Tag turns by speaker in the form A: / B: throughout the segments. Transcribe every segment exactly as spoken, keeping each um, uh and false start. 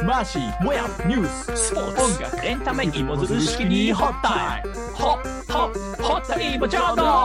A: マシもやニューススポーツ音楽エンタメ芋づる式にホッタイムホッホッホッタイムジャーナル。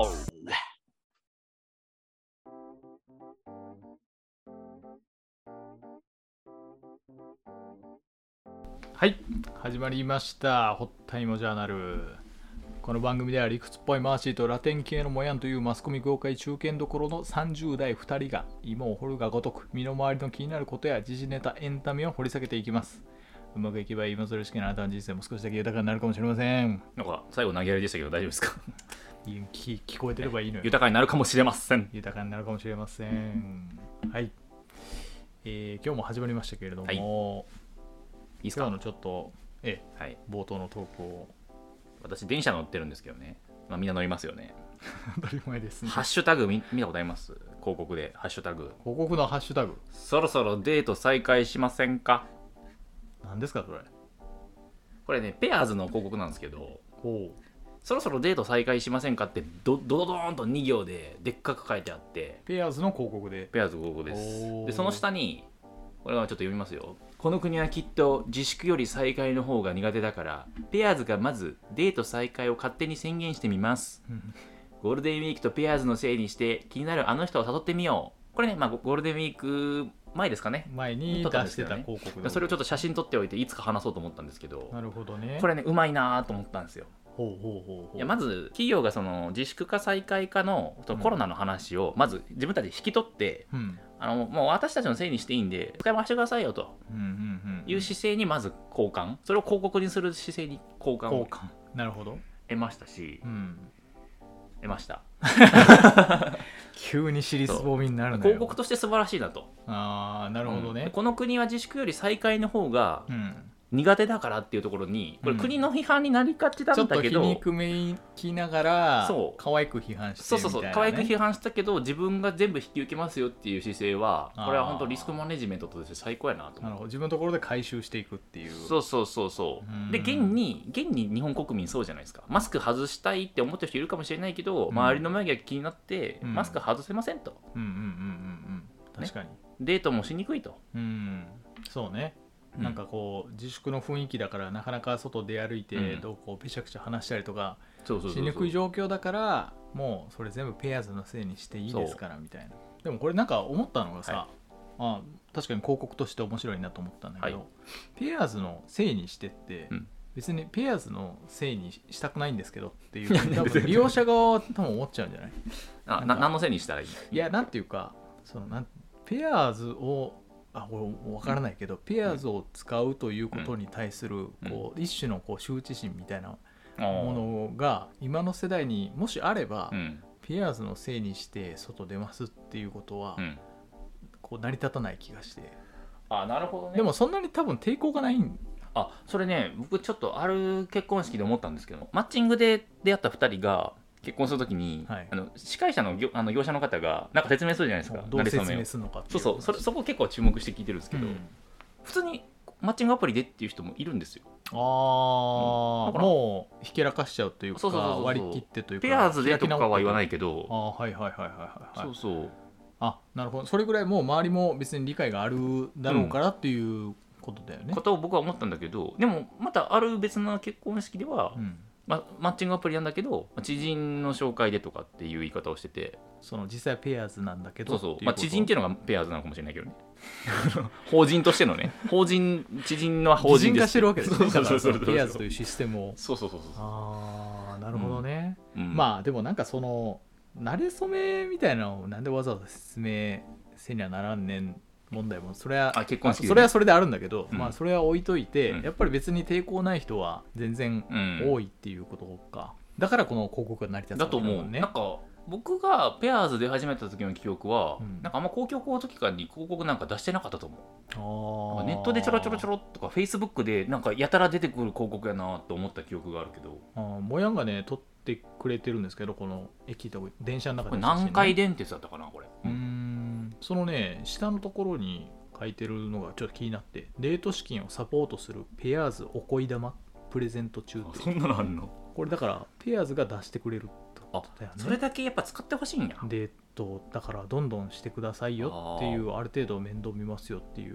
A: はい、始まりましたホッタイムジャーナル。この番組では理屈っぽいマーシーとラテン系のモヤンというマスコミ業界中堅どころのさんじゅう代ふたりが芋を掘るがごとく身の回りの気になることや時事ネタエンタメを掘り下げていきます。うまくいけば芋づる式のあなたの人生も少しだけ豊かになるかもしれません。
B: なんか最後投げやりでしたけど大丈夫ですか？
A: 聞, 聞こえてればいいのよ。
B: 豊かになるかもしれません。
A: 豊かになるかもしれません。はい、えー、今日も始まりましたけれども、はい、い
B: いですか？
A: 今日のちょっと、ええ、はい、冒頭のトークを。
B: 私電車乗ってるんですけどね、まあ、みんな乗りますよね。
A: 当たり前ですね。
B: ハッシュタグ 見, 見たことあります？広告でハッシュタグ。
A: 広告のハッシュタグ。
B: そろそろデート再開しませんか？
A: 何ですかそれ？
B: これね、ペアーズの広告なんですけど、
A: ほう、
B: そろそろデート再開しませんかってドドドドーンとに行ででっかく書いてあって、
A: ペアーズの広告で。
B: ペアーズ広告です。でその下にこれはちょっと読みますよ。この国はきっと自粛より再開の方が苦手だから、ペアーズがまずデート再開を勝手に宣言してみます。ゴールデンウィークとペアーズのせいにして気になるあの人を誘ってみよう。これね、まあ、ゴールデンウィーク前ですかね。
A: 前に出してた広告で、
B: それをちょっと写真撮っておいていつか話そうと思ったんですけど。
A: なるほどね。
B: これね、うまいなと思ったんですよ。
A: ほうほうほうほう。
B: いやまず企業がその自粛か再開か の, そのコロナの話をまず自分たちで引き取って、うん、あのもう私たちのせいにしていいんで使い回してくださいよという姿勢にまず交換、それを広告にする姿勢に交換を
A: なるほど
B: 得ましたし、うん、得ました
A: 急に尻すぼみになるんだよ。
B: 広告として素晴らしいなと。
A: ああ、なるほどね、
B: うん、この国は自粛より再開の方が、うん苦手だからっていうところにこれ国の批判になりがちだったけど、うん、
A: ちょっと皮肉めきながらそう可愛く批判してみたいな、ね、
B: そうそうそう可愛く批判したけど自分が全部引き受けますよっていう姿勢はこれは本当リスクマネジメントとして最高やなと思う。
A: なるほど、自分のところで回収していくっていう。
B: そうそうそうそうで現に現に日本国民そうじゃないですか。マスク外したいって思ってる人いるかもしれないけど、うん、周りの目が気になって、うん、マスク外せませんと。
A: うんうんうんうんうん確かに、ね、
B: デートもしにくいと。
A: うんそうね。なんかこう自粛の雰囲気だからなかなか外出歩いてどうこうぺちゃくちゃ話したりとかしにくい状況だから、もうそれ全部ペアーズのせいにしていいですからみたいな。でもこれなんか思ったのがさ、はい、あ確かに広告として面白いなと思ったんだけど、はい、ペアーズのせいにしてって、うん、別にペアーズのせいにしたくないんですけどっていう多分利用者側は多分思っちゃうんじゃない？
B: あな何のせいにしたらいい？
A: いやなんていうかそのなんペアーズをあこれ分からないけど、うん、ペアーズを使うということに対する、うん、こう一種のこう羞恥心みたいなものが今の世代にもしあれば、うん、ペアーズのせいにして外出ますっていうことは、うん、こう成り立たない気がして。
B: あなるほどね。
A: でもそんなに多分抵抗がないん。
B: あそれね僕ちょっとある結婚式で思ったんですけど、マッチングで出会ったふたりが結婚するときに、はい、あの司会者の 業, あの業者の方がなんか説明するじゃないですか。
A: どう説明するのかっていう。
B: そうそう そ, れそこ結構注目して聞いてるんですけど、うん、普通にマッチングアプリでっていう人もいるんですよ。
A: ああ、うん、もうひけらかしちゃうというか、そうそうそうそう割り切ってというか、
B: ペアーズでとかは言わないけど、
A: あはいはいはいはいはい、
B: そうそう
A: あなるほど、それぐらいもう周りも別に理解があるだろうからっていうことだよね、うん、
B: ことを僕は思ったんだけど、でもまたある別な結婚式では、うんま、マッチングアプリなんだけど知人の紹介でとかっていう言い方をしてて、
A: その実際ペアーズなんだけど
B: そうそう、まあ、知人っていうのがペアーズなのかもしれないけどね法人としてのね法人知人の法人です。
A: 擬人化してるわけですね。
B: そうそうそうそう
A: ペアーズというシステムを。
B: そうそうそうそう。
A: ああなるほどね、うん、まあでもなんかその馴れ初めみたいなのをなんでわざわざ説明せにはならんねん問題もそれは
B: あ結婚式で、ね、
A: それはそれであるんだけど、
B: うん
A: まあ、それは置いといて、
B: うん、
A: やっぱり別に抵抗ない人は全然多いっていうことか、うん、だからこの広告が成り立つわけだもんね。
B: だと思う。なんか僕がペアーズで始めた時の記憶は、うん、なんかあんま公共交通機関に広告なんか出してなかったと思う。あネットでちょろちょろちょろとかフェイスブックでなんかやたら出てくる広告やなと思った記憶があるけど、
A: あもやんがね撮ってくれてるんですけど、この駅と電車の中で、
B: ね、これ南海電鉄だったかなこれ。
A: うーんそのね下のところに書いてるのがちょっと気になって、デート資金をサポートするペアーズお恋玉プレゼント中って。
B: そんなのあんの？
A: これだからペアーズが出してくれるってことだよね。
B: それだけやっぱ使ってほしいんや。
A: デートだからどんどんしてくださいよっていう、ある程度面倒見ますよっていう。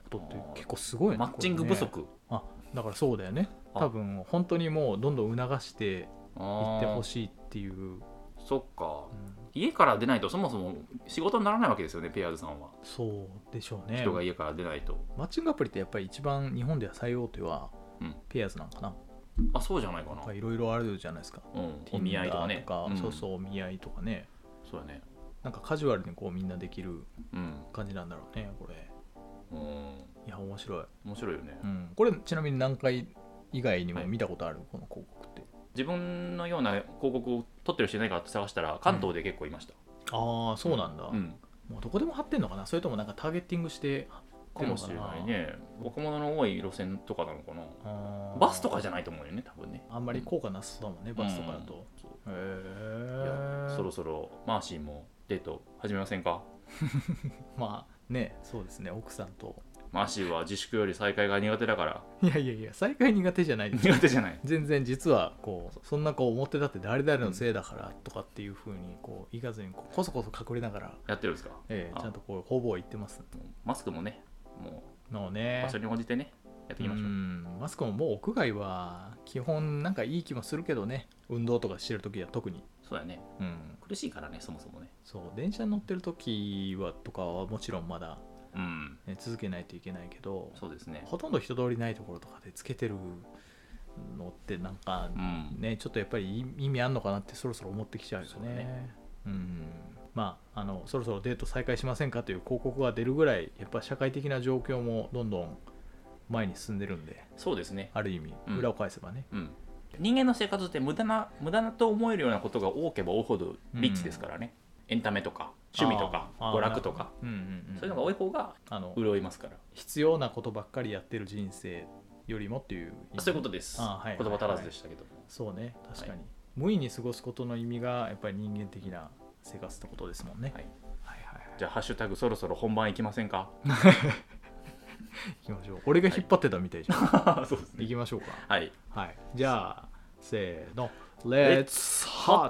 A: ことって結構すごいね。
B: マッチング不足、
A: ね、あだからそうだよね。多分本当にもうどんどん促していってほしいっていう。
B: そっか、うん、家から出ないとそもそも仕事にならないわけですよね、ペアーズさんは。
A: そうでしょうね。
B: 人が家から出ないと。
A: マッチングアプリってやっぱり一番日本では最大手はペアーズなんかな、
B: うん、あそうじゃないかな。
A: いろいろあるじゃないですか、
B: うん、お見合いとかね
A: とか、うん、そうそうお見合いとかね。
B: そうだね。
A: なんかカジュアルにこうみんなできる感じなんだろうね、これ。うん、いや面白い
B: 面白いよね、
A: うん、これちなみに何回以外にも見たことある、はい、この広告って。
B: 自分のような広告を撮ってる人いないかって探したら関東で結構いました、
A: うん、ああそうなんだ、うん、もうどこでも貼ってんのかな、それともなんかターゲッティングして
B: かもしれないね。若者の多い路線とかなのかな。バスとかじゃないと思うよね、多分ね。
A: あんまり効果なさそうだもんね、バスとかだと。
B: うん、へえ。そろそろマーシーもデート始めませんか？
A: まあね、そうですね、奥さんと。
B: マーシーは自粛より再会が苦手だから。
A: いやいやいや、再会苦手じゃないです。
B: 苦手じゃない。
A: 全然実はこうそんなこう思ってたって誰々のせいだからとかっていうふうにこう言わずにこうこそこそ隠れながら
B: やってるんですか？
A: ええ、ちゃんとこうほぼ言ってます。
B: マスクもね、もう
A: のね、
B: 場所に応じてねやっていきましょう。
A: うん、マスクももう屋外は基本なんかいい気もするけどね、運動とかしてるときは特に。
B: そうやね、うん、苦しいからね、そもそもね。そう
A: 電車に乗ってるときはとかはもちろんまだ、うんね、続けないといけないけど、
B: そうですね、
A: ほとんど人通りないところとかでつけてるのってなんかね、うん、ちょっとやっぱり意味あんのかなってそろそろ思ってきちゃうよね。ね、うん、まああのそろそろデート再開しませんかという広告が出るぐらいやっぱ社会的な状況もどんどん前に進んでるんで。
B: そうですね、
A: ある意味裏を返せばね、うんうん、
B: 人間の生活って無駄な無駄なと思えるようなことが多ければ多いほどリッチですからね、うん、エンタメとか趣味とか娯楽とか、うんうんうん、そういうのが多い方が潤いますから。
A: 必要なことばっかりやってる人生よりもっていう。
B: そういうことです。あ、はい、言葉足らずでしたけど、はい、
A: そうね、確かに、はい、無意に過ごすことの意味がやっぱり人間的な生活ってことですもんね、はいはいはいはい、
B: じゃあハッシュタグそろそろ本番いきませんか？
A: 行きましょう。俺が引っ張ってたみたいじゃん、はい、そうですね、行きましょうか。
B: はい、
A: はい、じゃあせーの、Let's Hot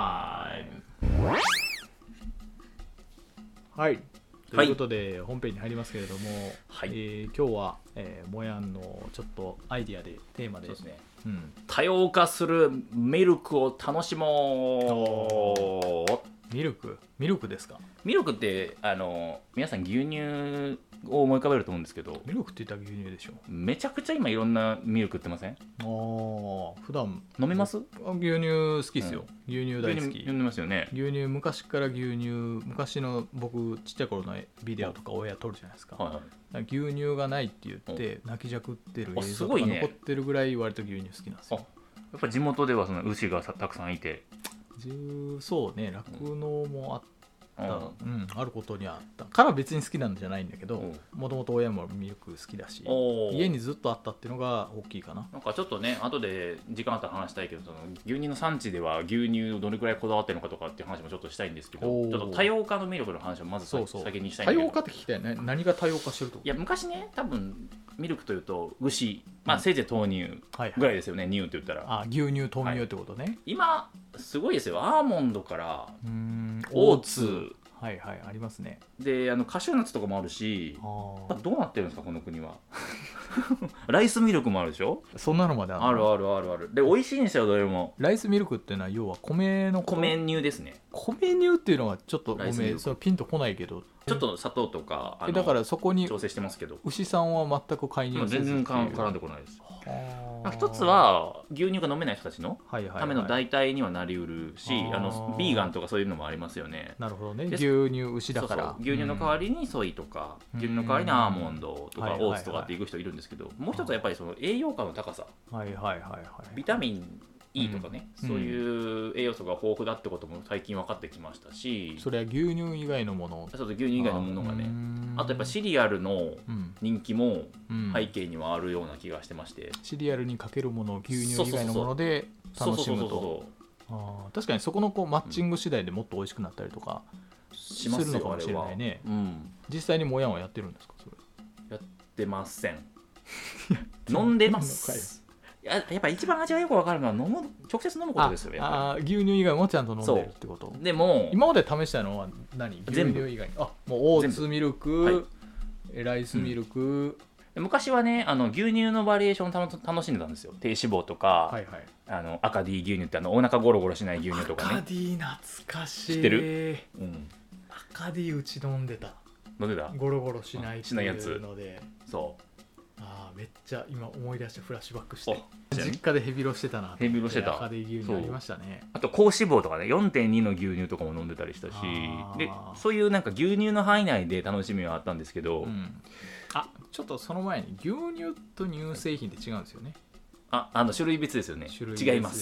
A: Time。 はい、ということで、はい、本編に入りますけれども、はい、えー、今日は、えー、もやんのちょっとアイディアでテーマで、そうですね、
B: うん、多様化するミルクを楽しもう。
A: ミルクミルクですか？
B: ミルクってあの皆さん牛乳を思い浮かべると思うんですけど、
A: ミルクって言ったら牛乳でしょ。
B: めちゃくちゃ今いろんなミルク売ってません？あ
A: あ、普段
B: 飲みます？
A: 牛乳好きですよ、うん、牛乳大好き。
B: 牛乳飲みますよね。
A: 牛乳昔から牛乳、昔の僕ちっちゃい頃のビデオとか親撮るじゃないですか、はいはい、牛乳がないって言って泣きじゃくってる映像とか残ってるぐらい割と牛乳好きなんですよ。
B: やっぱり地元ではその牛がたくさんいて、
A: そうね、酪農もあった、うん、あることにはあったから別に好きなんじゃないんだけど、もともと親もミルク好きだし、家にずっとあったっていうのが大きいかな。
B: なんかちょっとね、後で時間あったら話したいけど、その牛乳の産地では牛乳をどれくらいこだわってるのかとかっていう話もちょっとしたいんですけど、ちょっと多様化のミルクの話をまず先にしたいんだけど。
A: 多様化って聞きたいね。何が多様化してると？
B: いや、昔ね、多分ミルクというと牛、まあ、せいぜい豆乳ぐらいですよね、うん、はいはい、乳って言ったら。
A: あ、牛乳豆乳ってことね、はい、
B: 今すごいですよ。アーモンドからうーんオーツ、
A: はいはい、ありますね。
B: で、あのカシューナッツとかもあるし、あ、どうなってるんですかこの国は。ライスミルクもあるでしょ。
A: そんなのまである。
B: あるあるあるある。で、美味しいんですよ、どれも。
A: ライスミルクっていうのは要は米の
B: 米乳ですね。
A: 米乳っていうのはちょっとごめん、そのピンとこないけど、
B: ちょっと砂糖とかあの
A: だからそこに
B: 調整してますけど、
A: 牛さんは全く介入せず、
B: 全然絡んでこないです。一つは牛乳が飲めない人たちのための代替にはなりうるし、はいはいはい、あのビーガンとかそういうのもありますよね。
A: なるほどね。牛乳牛だから。
B: そうそう、牛乳の代わりにソイとか、うん、牛乳の代わりにアーモンドとかオーツとかっていく人いるんですけど、もう一つはやっぱりその栄養価の高さ、
A: はいはいはいはい、
B: ビタミンいいとかね、うん、そういう栄養素が豊富だってことも最近分かってきましたし、
A: それは牛乳以外のもの、
B: そうそう、牛乳以外のものがね、あとやっぱシリアルの人気も背景にはあるような気がしてまして、うん、
A: シリアルにかけるものを牛乳以外のもので楽しむと、確かにそこのこうマッチング次第でもっと美味しくなったりとかするのかもしれないね、うん、実際にもやんはやってるんですか？それ
B: やってません。飲んでます。や, やっぱ一番味がよく分かるのは飲む直接飲むことですよ。やっぱり
A: ああ、牛乳以外もちゃんと飲んでるってこと。
B: でも
A: 今まで試したのは何？牛乳以外に、あ、もうオーツミルク、はい、 ライスミルク、
B: うん、昔はねあの牛乳のバリエーションを楽しんでたんですよ。低脂肪とか、はいはい、あのアカディ牛乳ってあのお腹ゴロゴロしない牛乳とかね。
A: アカディ懐かしい。
B: 知ってる、うん、
A: アカディうち飲んでた。
B: 飲んでた
A: ゴロゴロしないっていうので。
B: そう
A: あめっちゃ今思い出してフラッシュバックして実家でヘビロしてたな。
B: ヘビロしてた。
A: アカディ牛乳ありましたね。
B: あと高脂肪とかね よんてんに の牛乳とかも飲んでたりしたし、でそういうなんか牛乳の範囲内で楽しみはあったんですけど、うん、
A: あちょっとその前に牛乳と乳製品って違うんですよね。
B: ああの種類別ですよね。違います。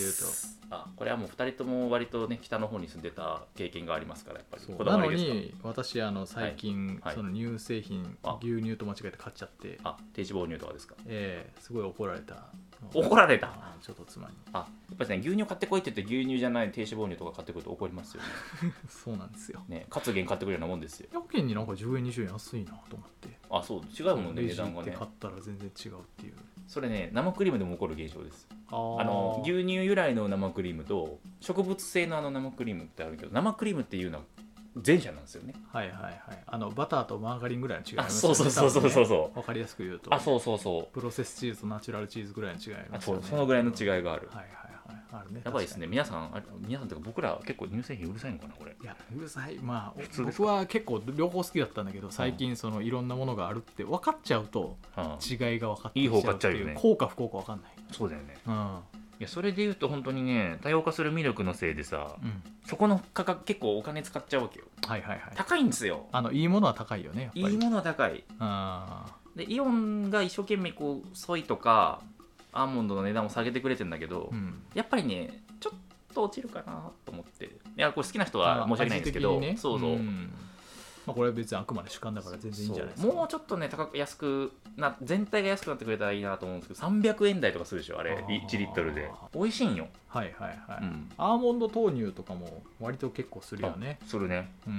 B: あこれはもうふたりとも割とね北の方に住んでた経験がありますからやっぱりこだわりですか。
A: なのに私あの最近、はい、その乳製品、はい、牛乳と間違えて買っちゃって。
B: あ低脂肪乳とかですか。
A: ええー、すごい怒られた。
B: 怒られた。
A: ちょっと妻に。
B: あやっぱりね牛乳買ってこいって言って牛乳じゃない低脂肪乳とか買ってくると怒りますよね。
A: そうなんですよ。
B: ねカツゲン買ってくるようなもんですよ。
A: やけになんかじゅうえんにじゅうえん安いなと思って。
B: あそう違うもんね値段がね。
A: 買ったら全然違うっていう。
B: それね生クリームでも起こる現象です。あの牛乳由来の生クリームと植物性のあの生クリームってあるけど生クリームっていうのは前者なんですよね。
A: はいはいはい。あのバターとマーガリンぐらいの違いあります
B: よね。そうそうそうそうそう。
A: わかりやすく言うと。
B: あそうそうそう。
A: プロセスチーズとナチュラルチーズぐらいの違いあります
B: よね。そのぐらいの違いがある。
A: はいはいはい。あるね。
B: やばいですね。皆さんあ皆さんとか僕ら結構乳製品うるさいのかなこれ。
A: いやうるさい。まあ僕は結構両方好きだったんだけど最近そのいろんなものがあるって分かっちゃうと違いが分かってきちゃうっていう。いい方買っちゃうよね。効果不効果分かんない。
B: そうだよね。うん。いやそれでいうと本当にね多様化するミルクのせいでさ、うん、そこの価格結構お金使っちゃうわけよ。
A: はいはいはい。
B: 高いんですよ。
A: あのいいものは高いよね。やっぱりい
B: いものは高い。あでイオンが一生懸命こうソイとかアーモンドの値段を下げてくれてんだけど、うん、やっぱりねちょっと落ちるかなと思って。いやこれ好きな人は申し訳ないんですけど、ね、そうそう。うん
A: まあ、これは別にあくまで主観だから全然いいんじゃないです
B: か。もうちょっとね高く安くな全体が安くなってくれたらいいなと思うんですけどさんびゃくえん台とかするでしょあれいちリットルで。美味しいんよ。
A: はいはいはい、うん、アーモンド豆乳とかも割と結構するよね。
B: するね、うんうん、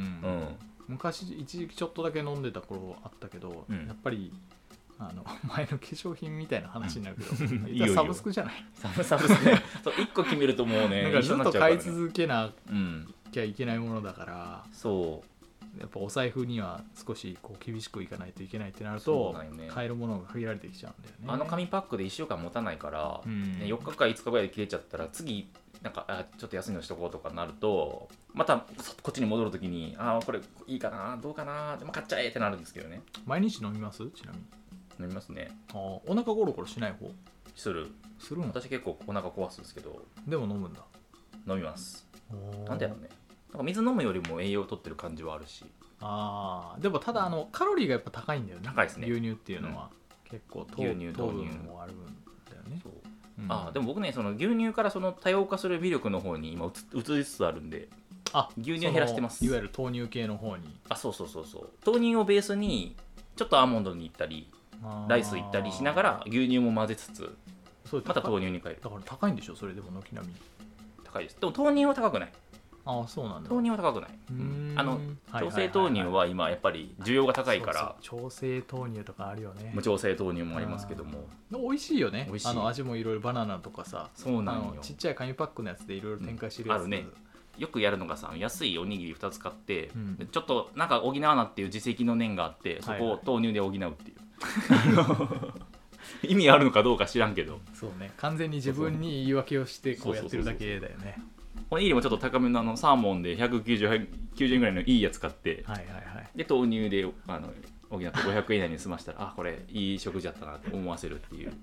A: 昔一時期ちょっとだけ飲んでた頃あったけど、うん、やっぱりあの前の化粧品みたいな話になるけど、うん、いいサブスクじゃない。
B: サブサブスクね。そういっこ決めるともうね
A: なんかずっと買い続けなきゃいけないものだから、うん、そうやっぱお財布には少しこう厳しくいかないといけないってなると、ね、買えるものが限られてきちゃうんだよね。
B: あの紙パックでいっしゅうかん持たないから、うんね、よっかかいつかぐらいで切れちゃったら次なんかあちょっと安いのしとこうとかなるとまたこっちに戻るときにあこれいいかなどうかなでも買っちゃえってなるんですけどね。
A: 毎日飲みます？ちなみに
B: 飲みますね。
A: あお腹ゴロゴロしない方？
B: する
A: するの？
B: 私結構お腹壊すんですけど
A: でも飲むんだ。
B: 飲みます。なんでやろうね。なんか水飲むよりも栄養を取ってる感じはあるし。
A: あでもただあのカロリーがやっぱ高いんだよね。
B: 高いですね。
A: 牛乳っていうのは、うん、結構
B: 牛乳
A: 糖分もあるんだよね。
B: そう、うん、あでも僕ねその牛乳からその多様化する微力の方に今移りつつあるんで、あ牛乳減らしてます。
A: いわゆる豆乳系の方に。
B: あそうそうそうそう豆乳をベースにちょっとアーモンドに行ったりライス行ったりしながら牛乳も混ぜつつまた豆乳に変える。
A: だから高いんでしょそれでも軒並み。
B: 高いです。でも豆乳は高くない。
A: ああそうなんだ。
B: 豆乳は高くない。あの調整豆乳は今やっぱり需要が高いから。
A: そうそう調整豆乳とかあるよね。
B: 無調整豆乳もありますけども
A: 美味しいよね。美味しい。あの味もいろいろバナナとかさ。
B: そうなんよ。
A: ちっちゃい紙パックのやつでいろいろ展開してるやつ、
B: うん、あるね。よくやるのがさ安いおにぎりふたつ買って、うん、ちょっとなんか補わなっていう自責の念があってそこを豆乳で補うっていう、はい、意味あるのかどうか知らんけど
A: そうね完全に自分に言い訳をしてこうやってるだけだよね。
B: おにぎりもちょっと高めのあのサーモンでひゃくきゅうじゅうえんぐらいのいいやつ買って、
A: はいはいはい、
B: で豆乳であの補ってごひゃくえん以内に済ましたらあこれいい食事だったなって思わせるっていう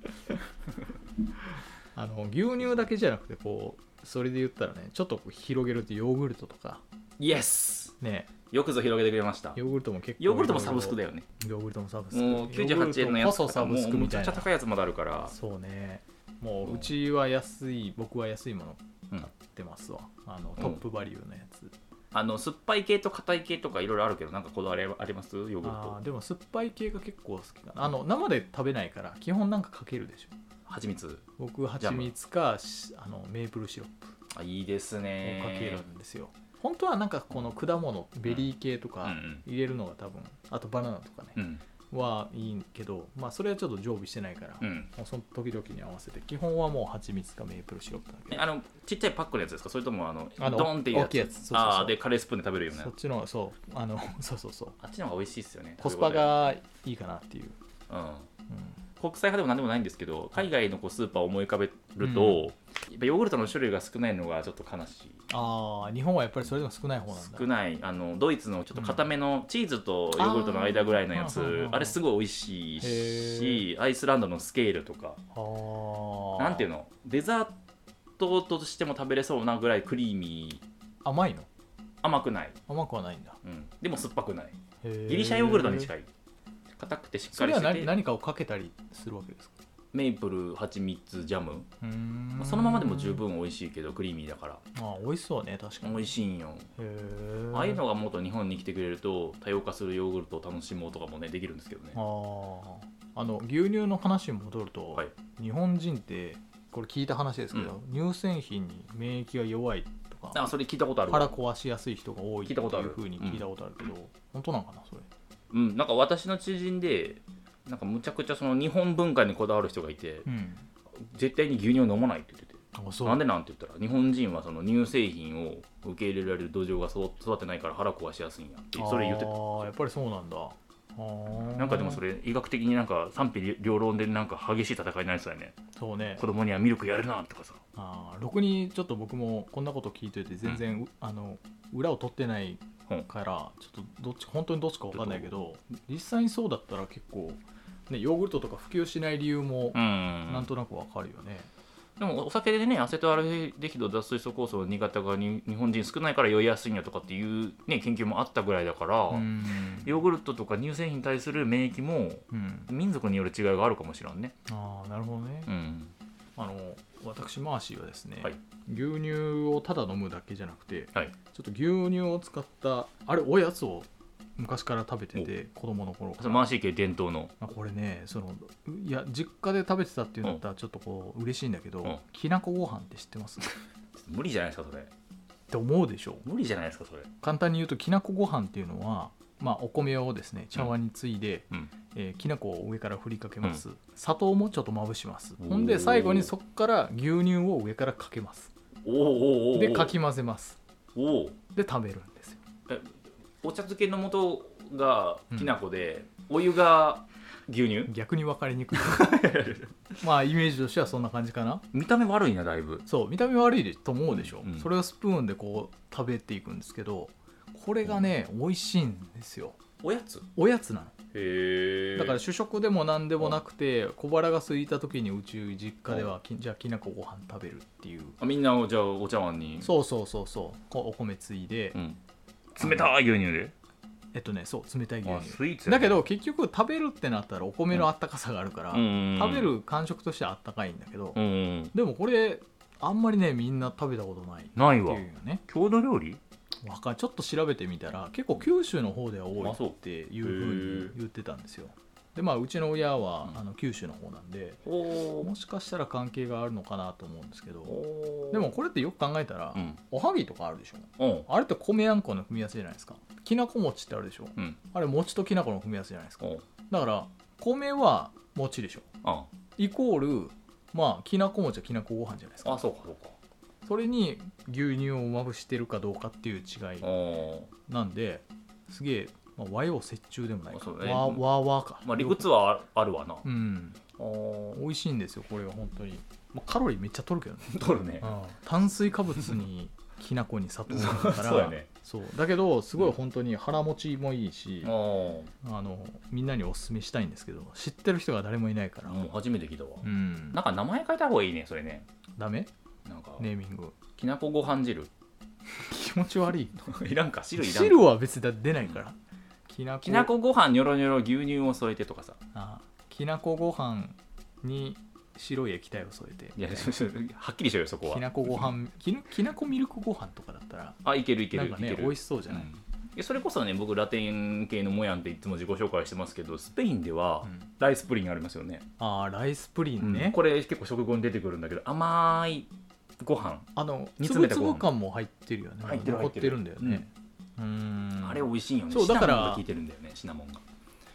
A: あの牛乳だけじゃなくてこうそれで言ったらねちょっと広げるとヨーグルトとか
B: イエス
A: ね
B: よくぞ広げてくれました。
A: ヨーグルトも結構
B: ヨーグルトもサブスクだよね。
A: ヨーグルトもサブスク
B: もうきゅうじゅうはちえんのやつとかもうめちゃくちゃ高いやつまであるから
A: そうねもううちは安い僕は安いもの買ってますわ、うん、あのトップバリューのやつ、うん、
B: あの酸っぱい系と硬い系とかいろいろあるけどなんかこだわりありますヨーグルト？
A: あでも酸っぱい系が結構好きかな。あの生で食べないから基本なんかかけるでしょ。
B: 蜂蜜
A: 僕蜂蜜かあのメープルシロップ
B: あいいですね
A: かけるんですよ。本当はなんかこの果物ベリー系とか入れるのが多分あとバナナとかね、うん、 はいいけど、まあそれはちょっと常備してないから、
B: うん、
A: もうその時々に合わせて基本はもう蜂蜜かメープルシロップだけ。
B: あのちっちゃいパックのやつですか、それともあの
A: あの
B: ドンっていうやつ。
A: 大きいやつ。そうそうそう、
B: ああでカレースプーンで食べるような。
A: そっちのそうあのそうそうそう。
B: あっちの方が美味しいですよね。
A: コスパがいいかなっていう。
B: うん。うん、国際派でも何でもないんですけど、海外のこうスーパーを思い浮かべると、うん、やっぱヨーグルトの種類が少ないのがちょっと悲しい。
A: ああ、日本はやっぱりそれでも少ない方なんだ。
B: 少ない。あのドイツのちょっと固めのチーズとヨーグルトの間ぐらいのやつ、あ, あれすごい美味しいし、アイスランドのスケールとか、なんていうの、デザートとしても食べれそうなぐらいクリーミー。
A: 甘いの？
B: 甘くない。
A: 甘くはないんだ。
B: うん、でも酸っぱくない。ギリシャヨーグルトに近い。硬くてしっかりしてて。
A: それは 何, 何かをかけたりするわけですか？
B: メープル、蜂蜜、ジャム。うーん、まあ、そのままでも十分美味しいけどクリーミーだから。
A: ああ、美味しそうね、確かに。
B: 美味しいんよ。へああいうのがもっと日本に来てくれると多様化するヨーグルトを楽しもうとかもねできるんですけどね。
A: ああ、あの牛乳の話に戻ると、はい、日本人ってこれ聞いた話ですけど、うん、乳製品に免疫が弱いとか、
B: あ、それ聞いたことある。
A: 腹壊しやすい人が多いっていうふうに聞いたことあるけど、うん、本当なのかなそれ？
B: うん、なんか私の知人でなんかむちゃくちゃその日本文化にこだわる人がいて、うん、絶対に牛乳を飲まないって言ってて、なんでなんて言ったら、日本人はその乳製品を受け入れられる土壌が育ってないから腹壊しやすいんやってそれ言ってた。
A: ああ、やっぱりそうなんだ。
B: あ、なんかでもそれ医学的になんか賛否両論でなんか激しい戦いになりそうやね。
A: そうね。
B: 子供にはミルクやるなとかさ。
A: ああ、ろくにちょっと僕もこんなこと聞いてて全然、うん、あの裏を取ってないからちょっとどっち本当にどっちか分かんないけど、実際にそうだったら結構、ね、ヨーグルトとか普及しない理由もなんとなく分かるよね。
B: でもお酒でね、アセトアルデヒド脱水素酵素の苦手がに日本人少ないから酔いやすいんやとかっていう、ね、研究もあったぐらいだから、ヨーグルトとか乳製品に対する免疫も民族による違いがあるかもしれんね。
A: ああ、なるほどね。うん、あの私マーシーはですね、はい、牛乳をただ飲むだけじゃなくて、はい、ちょっと牛乳を使ったあれおやつを昔から食べてて、子供の頃から。
B: マーシー家伝統の。
A: これね、そのいや実家で食べてたっていうんだったらちょっとこう嬉しいんだけど、うん、きなこご飯って知ってます？
B: 無理じゃないですかそれ。
A: って思うでしょ。
B: 無理じゃないですかそれ。
A: 簡単に言うときなこご飯っていうのは、まあ、お米をですね茶碗についで、うんえー、きな粉を上から振りかけます、うん、砂糖もちょっとまぶします。ほんで最後にそこから牛乳を上からかけます。おーおーおーでかき混ぜます。おで食べるんですよ。
B: えお茶漬けの素がきな粉で、うん、お湯が牛乳？
A: 逆に分かりにくいまあイメージとしてはそんな感じかな。
B: 見た目悪いなだいぶ。
A: そう見た目悪いと思うでしょ、うん、それをスプーンでこう食べていくんですけど、これがね、うん、美味しいんですよ。
B: おやつ？
A: おやつなの。
B: へ
A: だから主食でも何でもなくて、小腹が空いた時にうち実家ではきじゃあきなこご飯食べるっていう。
B: あみんなじゃあお茶碗に。
A: そうそうそうそうお米ついで、うん、
B: 冷たい牛乳で。
A: えっとねそう冷たい牛乳
B: スイーツ、ね、
A: だけど結局食べるってなったらお米のあったかさがあるから、うん、食べる感触としてはあったかいんだけど、うん、でもこれあんまりねみんな食べたことないっていうよね。
B: ないわ。郷土料理
A: わかちょっと調べてみたら結構九州の方では多いっていうふうに言ってたんですよ。でまあうちの親は、うん、あの九州の方なんで、もしかしたら関係があるのかなと思うんですけど、でもこれってよく考えたら、うん、おはぎとかあるでしょ。あれって米あんこの組み合わせじゃないですか。きなこ餅ってあるでしょ、うん、あれ餅ときなこの組み合わせじゃないですか。だから米は餅でしょ、イコールまあきなこ餅はきなこご飯じゃないですか。
B: あそうかそうか。
A: それに牛乳をまぶしてるかどうかっていう違いなんですげえ、まあ、和洋折衷でもないか、ね、和和和か、
B: まあ、理屈はあるわな。
A: うん、美味しいんですよこれは本当に、まあ、カロリーめっちゃ取るけどね。
B: 取るね、
A: うん、炭水化物にきな粉に砂糖だから
B: そうやね。
A: そうだけどすごい本当に腹持ちもいいし、うん、あのみんなにおすすめしたいんですけど知ってる人が誰もいないから。
B: もう初めて聞いたわ、うん、なんか名前変えた方がいいねそれね。
A: ダメ？
B: なんか
A: ネーミング
B: きなこご飯汁
A: 気持ち悪い
B: いらんか汁いらんか。
A: 汁は別に出ないから、うん、きなこ
B: きなこご飯ニョロニョロ牛乳を添えてとかさ。
A: あきなこご飯に白い液体を添えて。
B: いやはっきりしろよそこは。
A: きなこご飯き, きなこミルクご飯とかだったら
B: あいけるいける
A: なんかね
B: いける
A: 美味しそうじゃない、
B: うん、それこそね僕ラテン系のモヤンっていつも自己紹介してますけどスペインではライスプリンありますよね、
A: うん、あライスプリンね、
B: うん、これ結構食後に出てくるんだけど甘いご飯
A: あのつぶつぶ感も入ってるよね。入ってる入ってるんだよね、
B: うん、うんあれ美味しいよね。
A: そうだから
B: シナモンが効いてるんだよね。シナモンが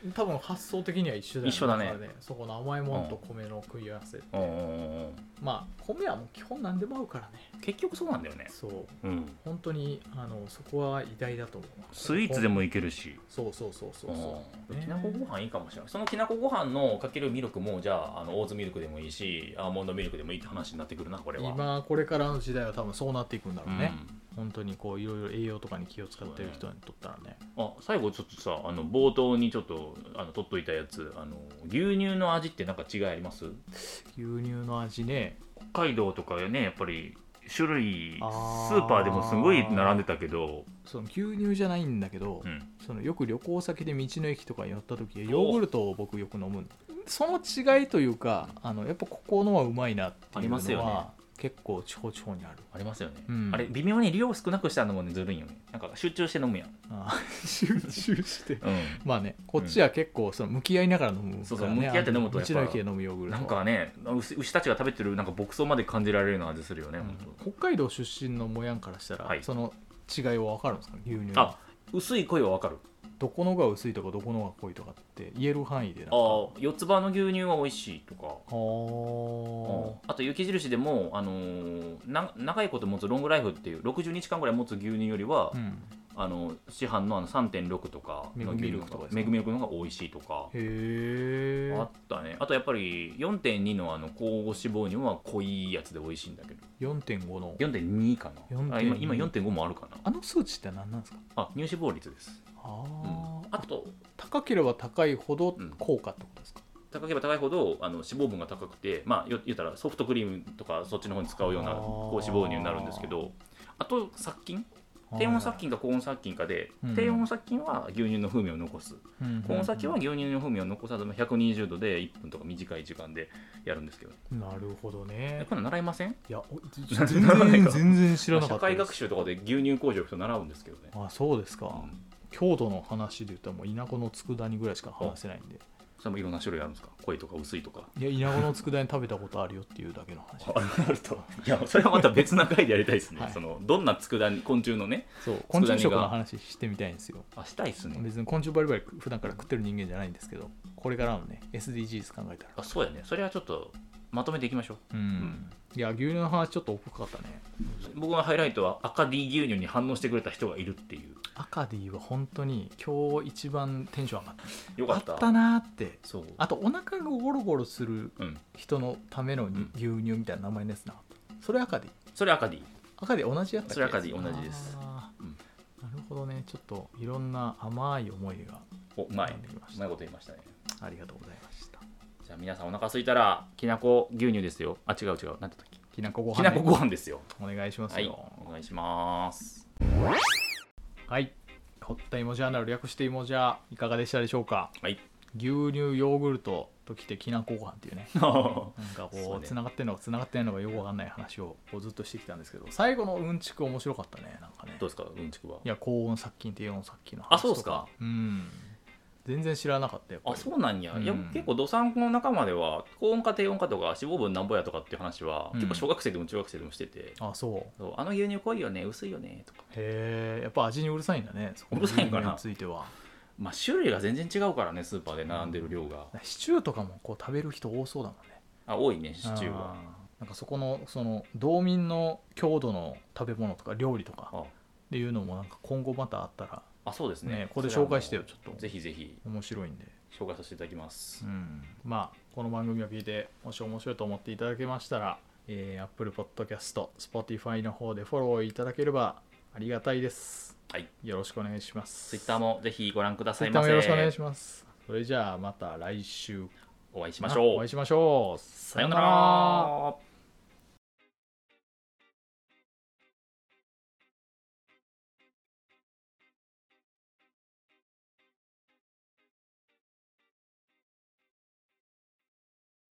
A: 多分発想的には一緒だよね。
B: 一緒だね。
A: だからねそこの甘いものと米の組み合わせって、
B: うんうんうん、
A: まあ米はもう基本何でも合うからね。
B: 結局そうなんだよね。
A: そう、
B: うん、
A: 本当にあのそこは偉大だと思う。
B: スイーツでもいけるし。
A: そうそうそうそうそう、
B: うん、きなこご飯いいかもしれない。そのきなこご飯のかけるミルクもじゃあ、あのオーツミルクでもいいしアーモンドミルクでもいいって話になってくるなこれは。
A: 今これからの時代は多分そうなっていくんだろうね、うん、本当にこういろいろ栄養とかに気を使ってる人にとったらね。
B: あ、最後ちょっとさ、あの冒頭にちょっとあの取っといたやつ、あの牛乳の味ってなんか違いあります？
A: 牛乳の味ね、
B: 北海道とかねやっぱり種類スーパーでもすごい並んでたけど、
A: その牛乳じゃないんだけど、うん、そのよく旅行先で道の駅とかに寄った時ヨーグルトを僕よく飲む。その違いというか、あのやっぱここのはうまいなっていうのはありますよね。結構地方地方にある。
B: ありますよね、
A: うん、
B: あれ微妙に量少なくしたのもねずるいよね。なんか集中して飲むやん。
A: あ集中して、
B: うん、
A: まあねこっちは結構その向き合いながら飲むから、ね、
B: そうそう向き合って飲むとやっぱ
A: 道の駅で飲むヨーグルト
B: なんかね 牛, 牛たちが食べてるなんか牧草まで感じられるような味するよね、
A: うん、北海道出身のもやんからしたら、はい、その違いは分かるんですか？牛乳
B: あ薄い濃いは分かる。
A: どこのが薄いとかどこのが濃いとかって言える範囲でなんか、
B: あ四つ葉の牛乳は美味しいとか、
A: あ、うん、
B: あと雪印でも、あのー、な長いこと持つロングライフっていうろくじゅうにちかんぐらい持つ牛乳よりは、うん、あの市販 の, あの さんてんろく とかの牛乳とかメグミルクの方が美味しいとか
A: へ
B: あったね。あとやっぱり よんてんに の, あの高脂肪乳は濃いやつで美味しいんだけど
A: よんてんご の
B: よんてんに かな。あ 今, 今 よんてんご もあるかな。
A: あの数値って何なんですか？
B: あ乳脂肪率です。
A: あ、
B: うん、あと
A: 高ければ高いほど高価ってことですか？
B: うん、高ければ高いほどあの脂肪分が高くて、まあ言ったらソフトクリームとかそっちの方に使うような高脂肪乳になるんですけど、あと殺菌低温殺菌か高温殺菌かで、うん、低温殺菌は牛乳の風味を残す、うん、高温殺菌は牛乳の風味を残さずひゃくにじゅうどでいっぷんとか短い時間でやるんですけど。
A: なるほどね。
B: これ習いません？い
A: や全然全然知らなかった。
B: 社会学習とかで牛乳工場と習うんですけどね。
A: あ、そうですか、うん、郷土の話で言ったらもう稲子の佃煮ぐらいしか話せないんで。
B: それもいろんな種類あるんですか？濃いとか薄いとか。
A: いや稲子の佃煮食べたことあるよっていうだけの話。
B: あると。いやそれはまた別な回でやりたいですね。はい、そのどんな佃煮昆虫のね。
A: そう昆虫食の話してみたいんですよ。
B: あしたいですね。
A: 別に昆虫バリバリ普段から食ってる人間じゃないんですけど、これからのね エスディージーズ 考えたら。
B: あそうやね。それはちょっとまとめていきましょう。
A: うん。うん、いや牛乳の話ちょっと奥深かったね。
B: 僕のハイライトは赤 D 牛乳に反応してくれた人がいるっていう。
A: 赤 D は本当に今日一番テンション上がった。
B: よかった。
A: あったなーって。
B: そう。
A: あとお腹がゴロゴロする人のための牛乳みたいな名前ですな。それ赤 D。
B: それ赤 D。
A: 赤 D 同じやったっけ？
B: それ赤 D 同じです。
A: うん、なるほどね。ちょっといろんな甘い思いが
B: おうまい。うまいこと言いましたね。
A: ありがとうございました。
B: じゃあ皆さんお腹空いたらきなこ牛乳ですよ。あ違う違う。なんて言ったっけ？
A: きなこご飯、
B: ね。きなこご飯ですよ。
A: お願いしますよ。
B: はい、お願いします。
A: はい。ホッタイモジャーナル略してイモジャーいかがでしたでしょうか？
B: はい。
A: 牛乳ヨーグルトときてきなこご飯っていうねなんかこうつながってるのかつながってないのかよくわかんない話をこうずっとしてきたんですけど、最後のうんちく面白かったね。なんかね。
B: どうですかうんちくは？
A: いや高温殺菌低温殺菌の話とか。
B: あそうですか。
A: うん全然知らなかったよ。
B: あそうなんや、うん、いや結構どさんこの仲間では高温か低温かとか脂肪分なんぼやとかっていう話は、うん、結構小学生でも中学生でもしてて、
A: あそう
B: そうあの牛乳濃いよね薄いよねとか。
A: へえやっぱ味にうるさいんだね。
B: うるさいんかな。
A: については
B: まあ種類が全然違うからねスーパーで並んでる量が、
A: うん、シチューとかもこう食べる人多そうだもんね。
B: あ多いねシチューは。
A: なんかそこのその道民の郷土の食べ物とか料理とかっていうのもなんか今後またあったら
B: あそうですね、
A: ねここで紹介してよ。ちょっと
B: ぜひぜひ
A: 面白いんで
B: 紹介させていただきます、
A: うん、まあこの番組を聞いてもし面白いと思っていただけましたら、えー、Apple Podcast、Spotify の方でフォローいただければありがたいです。
B: はい、
A: よろしくお願いします。
B: Twitter もぜひご覧くださいませ。
A: Twitter もよろしくお願いします。それじゃあまた来週
B: お会いしましょう。
A: お会いしましょう。
B: さようなら。